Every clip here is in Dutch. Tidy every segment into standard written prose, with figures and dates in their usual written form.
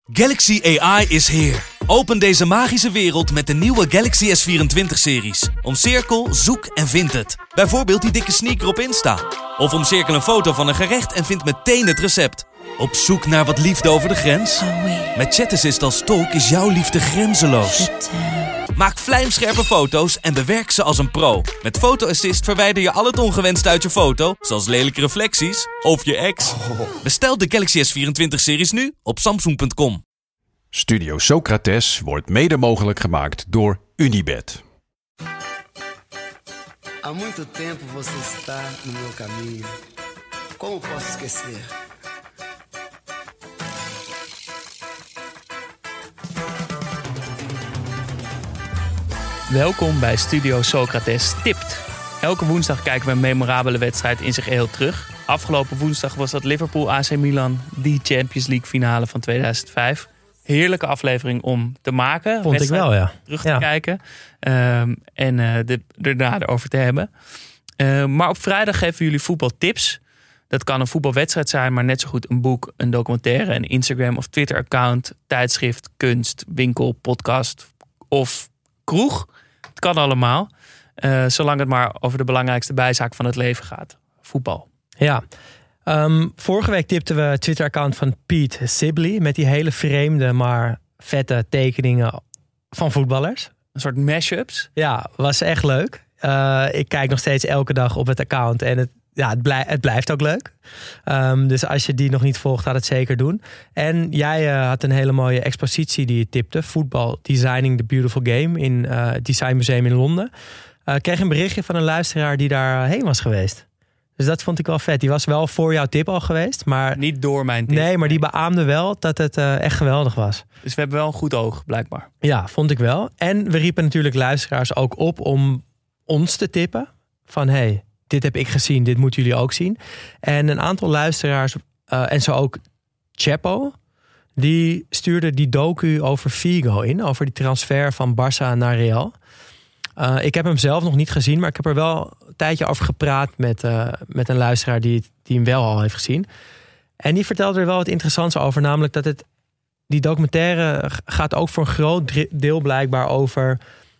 Galaxy AI is here. Open deze magische wereld met de nieuwe Galaxy S24-series. Omcirkel, zoek en vind het. Bijvoorbeeld die dikke sneaker op Insta. Of omcirkel een foto van een gerecht en vind meteen het recept. Op zoek naar wat liefde over de grens? Met ChatAssist als tolk is jouw liefde grenzeloos. Maak vlijmscherpe foto's en bewerk ze als een pro. Met Photo Assist verwijder je al het ongewenst uit je foto, zoals lelijke reflecties of je ex. Bestel de Galaxy S24-series nu op Samsung.com. Studio Socrates wordt mede mogelijk gemaakt door Unibet. Há muito tempo você está no meu caminho. Como posso esquecer? Welkom bij Studio Socrates Tipt. Elke woensdag kijken we een memorabele wedstrijd in zich geheel terug. Afgelopen woensdag was dat Liverpool AC Milan, die Champions League finale van 2005. Heerlijke aflevering om te maken. Vond ik wel, ja. Terug te kijken en daarna erover te hebben. Maar op vrijdag geven jullie voetbaltips. Dat kan een voetbalwedstrijd zijn, maar net zo goed een boek, een documentaire, een Instagram of Twitter-account, tijdschrift, kunst, winkel, podcast of kroeg. Het kan allemaal. Zolang het maar over de belangrijkste bijzaak van het leven gaat. Voetbal. Ja. Vorige week tipten we het Twitter-account van Pete Sibley met die hele vreemde, maar vette tekeningen van voetballers. Een soort mashups. Ja, was echt leuk. Ik kijk nog steeds elke dag op het account en het blijft ook leuk. Dus als je die nog niet volgt, gaat het zeker doen. En jij had een hele mooie expositie die je tipte. Voetbal Designing the Beautiful Game in het Design Museum in Londen. Ik kreeg een berichtje van een luisteraar die daar heen was geweest. Dus dat vond ik wel vet. Die was wel voor jouw tip al geweest. Maar niet door mijn tip. Nee, maar die beaamde wel dat het echt geweldig was. Dus we hebben wel een goed oog, blijkbaar. Ja, vond ik wel. En we riepen natuurlijk luisteraars ook op om ons te tippen. Van hey, dit heb ik gezien, dit moeten jullie ook zien. En een aantal luisteraars, en zo ook Chapo, die stuurde die docu over Figo in. Over die transfer van Barça naar Real. Ik heb hem zelf nog niet gezien, maar ik heb er wel een tijdje over gepraat met een luisteraar die hem wel al heeft gezien. En die vertelde er wel wat interessants over, namelijk dat die documentaire gaat ook voor een groot deel blijkbaar over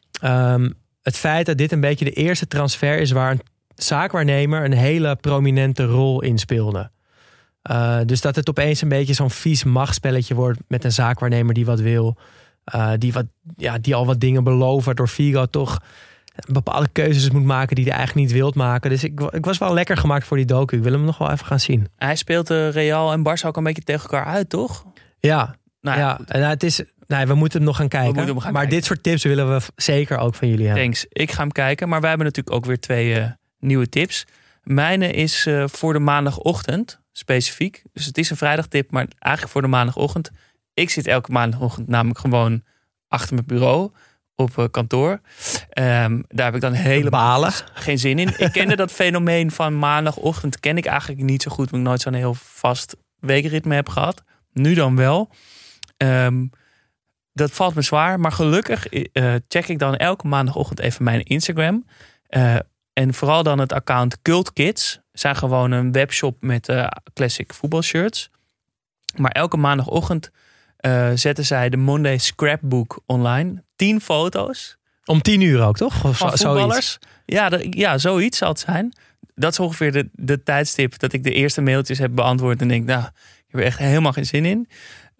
het feit dat dit een beetje de eerste transfer is waar een zaakwaarnemer een hele prominente rol in speelde. Dus dat het opeens een beetje zo'n vies machtsspelletje wordt met een zaakwaarnemer die wat wil. Die al wat dingen beloven, waardoor Figo toch bepaalde keuzes moet maken die hij eigenlijk niet wilt maken. Dus ik was wel lekker gemaakt voor die docu. Ik wil hem nog wel even gaan zien. Hij speelt Real en Barça ook een beetje tegen elkaar uit, toch? Ja. Het is. Nee, we moeten hem nog gaan kijken. Maar dit soort tips willen we zeker ook van jullie hebben. Thanks. Ik ga hem kijken. Maar wij hebben natuurlijk ook weer 2 nieuwe tips. Mijne is voor de maandagochtend specifiek. Dus het is een vrijdagtip, maar eigenlijk voor de maandagochtend. Ik zit elke maandagochtend namelijk gewoon achter mijn bureau op kantoor. Daar heb ik dan helemaal geen zin in. Ik kende dat fenomeen van maandagochtend ken ik eigenlijk niet zo goed, omdat ik nooit zo'n heel vast weekritme heb gehad. Nu dan wel. Dat valt me zwaar, maar gelukkig check ik dan elke maandagochtend even mijn Instagram. En vooral dan het account Cult Kids. Zijn gewoon een webshop met classic voetbalshirts. Maar elke maandagochtend zetten zij de Monday Scrapbook online. 10 foto's. Om 10 uur ook, toch? Of van voetballers. Zoiets. Zoiets zal het zijn. Dat is ongeveer de tijdstip dat ik de eerste mailtjes heb beantwoord. En denk, ik heb er echt helemaal geen zin in.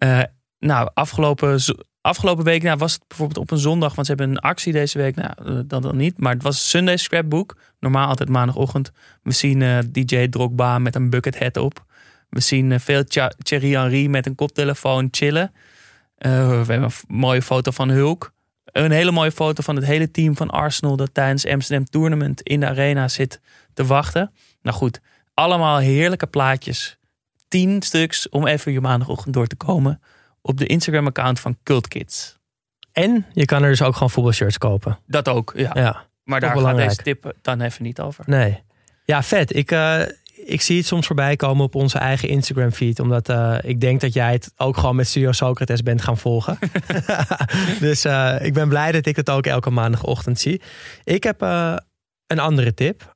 Afgelopen week was het bijvoorbeeld op een zondag. Want ze hebben een actie deze week. Dat dan niet. Maar het was Sunday Scrapbook. Normaal altijd maandagochtend. We zien DJ Drogba met een bucket hat op. We zien veel Thierry Henry met een koptelefoon chillen. We hebben een mooie foto van Hulk. Een hele mooie foto van het hele team van Arsenal dat tijdens Amsterdam Tournament in de arena zit te wachten. Nou goed, allemaal heerlijke plaatjes. 10 stuks om even je maandagochtend door te komen op de Instagram-account van Cult Kids. En je kan er dus ook gewoon voetbalshirts kopen. Dat ook, ja. Maar daar gaat deze tip dan even niet over. Nee. Ja, vet. Ik zie het soms voorbij komen op onze eigen Instagram feed. Omdat ik denk dat jij het ook gewoon met Studio Socrates bent gaan volgen. Dus ik ben blij dat ik het ook elke maandagochtend zie. Ik heb een andere tip.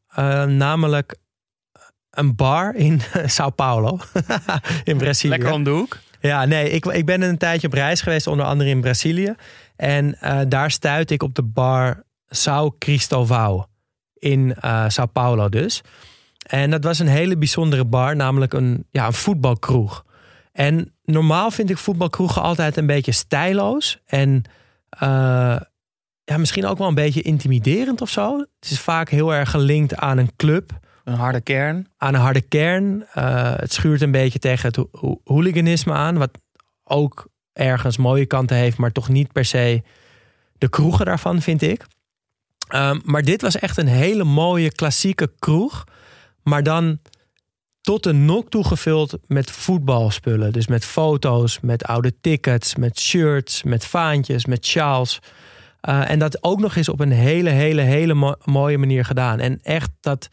Namelijk een bar in Sao Paulo. In Brazilië. Lekker om de hoek. Ja, nee, ik ben een tijdje op reis geweest, onder andere in Brazilië. En daar stuitte ik op de bar São Cristóvão in São Paulo dus. En dat was een hele bijzondere bar, namelijk een voetbalkroeg. En normaal vind ik voetbalkroegen altijd een beetje stijloos. En misschien ook wel een beetje intimiderend of zo. Het is vaak heel erg gelinkt aan een club. Een harde kern. Aan een harde kern. Het schuurt een beetje tegen het hooliganisme aan. Wat ook ergens mooie kanten heeft, maar toch niet per se de kroegen daarvan, vind ik. Maar dit was echt een hele mooie klassieke kroeg. Maar dan tot de nok toe gevuld met voetbalspullen. Dus met foto's, met oude tickets, met shirts, met vaantjes, met sjaals. En dat ook nog eens op een hele mooie manier gedaan. En echt dat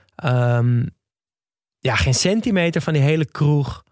geen centimeter van die hele kroeg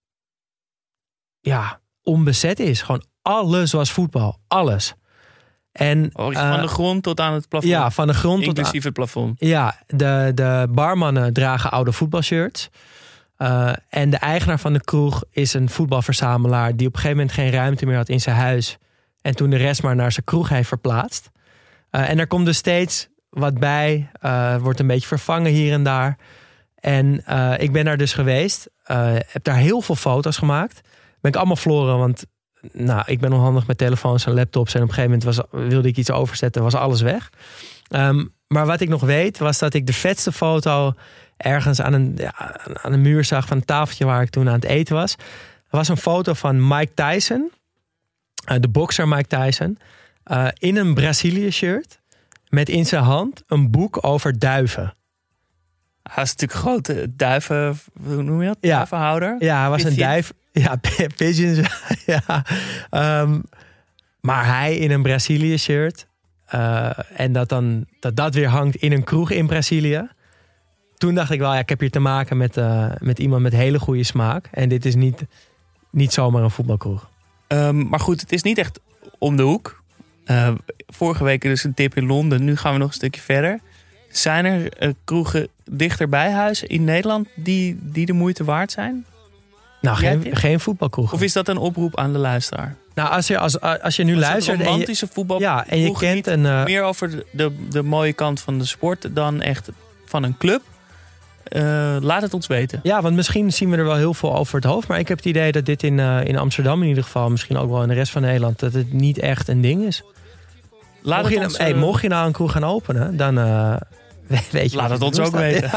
onbezet is. Gewoon alles was voetbal. Alles. En, van de grond tot aan het plafond. Ja, van de grond inclusief het plafond. Ja, de barmannen dragen oude voetbalshirts. En de eigenaar van de kroeg is een voetbalverzamelaar die op een gegeven moment geen ruimte meer had in zijn huis. En toen de rest maar naar zijn kroeg heeft verplaatst. En er komt dus steeds wat bij. Wordt een beetje vervangen hier en daar. En ik ben daar dus geweest. Heb daar heel veel foto's gemaakt. Ben ik allemaal verloren, want ik ben onhandig met telefoons en laptops. En op een gegeven moment wilde ik iets overzetten, was alles weg. Maar wat ik nog weet, was dat ik de vetste foto ergens aan een muur zag van een tafeltje waar ik toen aan het eten was. Er was een foto van Mike Tyson, de bokser Mike Tyson, in een Brazilië shirt met in zijn hand een boek over duiven. Hij is natuurlijk grote duiven, hoe noem je dat? Ja. Duivenhouder. Ja, hij was Pigeon. een duif. Ja, pigeons. Ja. Maar hij in een Brazilië shirt. En dat weer hangt in een kroeg in Brazilië. Toen dacht ik wel, ik heb hier te maken met iemand met hele goede smaak. En dit is niet zomaar een voetbalkroeg. Maar goed, het is niet echt om de hoek. Vorige week dus een tip in Londen. Nu gaan we nog een stukje verder. Zijn er kroegen dichter bij huis in Nederland die de moeite waard zijn? Nou, geen voetbalkroeg. Of is dat een oproep aan de luisteraar? Nou, als je nu luistert... romantische voetbal. Ja, en je kent meer over de mooie kant van de sport dan echt van een club. Laat het ons weten. Ja, want misschien zien we er wel heel veel over het hoofd. Maar ik heb het idee dat dit in Amsterdam in ieder geval, misschien ook wel in de rest van Nederland, dat het niet echt een ding is. Mocht je nou een kroeg gaan openen, dan weet je. Laat het ons ook weten.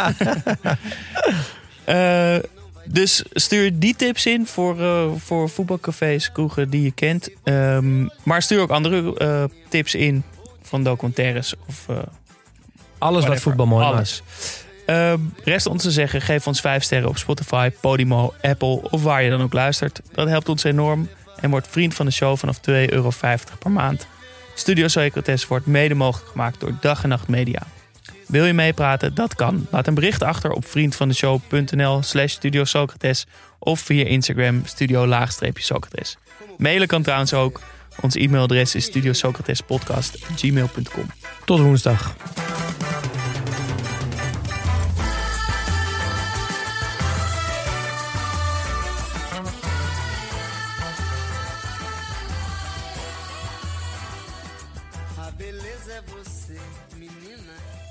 Ja. Dus stuur die tips in voor voetbalcafés, kroegen die je kent. Maar stuur ook andere tips in van documentaires. Of alles wat voetbal mooi maakt. Rest ons te zeggen, geef ons 5 sterren op Spotify, Podimo, Apple of waar je dan ook luistert. Dat helpt ons enorm en wordt vriend van de show vanaf €2,50 per maand. Studio Socrates wordt mede mogelijk gemaakt door Dag en Nacht Media. Wil je meepraten? Dat kan. Laat een bericht achter op vriendvandeshow.nl/Studio Socrates of via Instagram studio_Socrates. Mailen kan trouwens ook. Ons e-mailadres is studiosocratespodcast@gmail.com. Tot woensdag. A beleza é você, menina.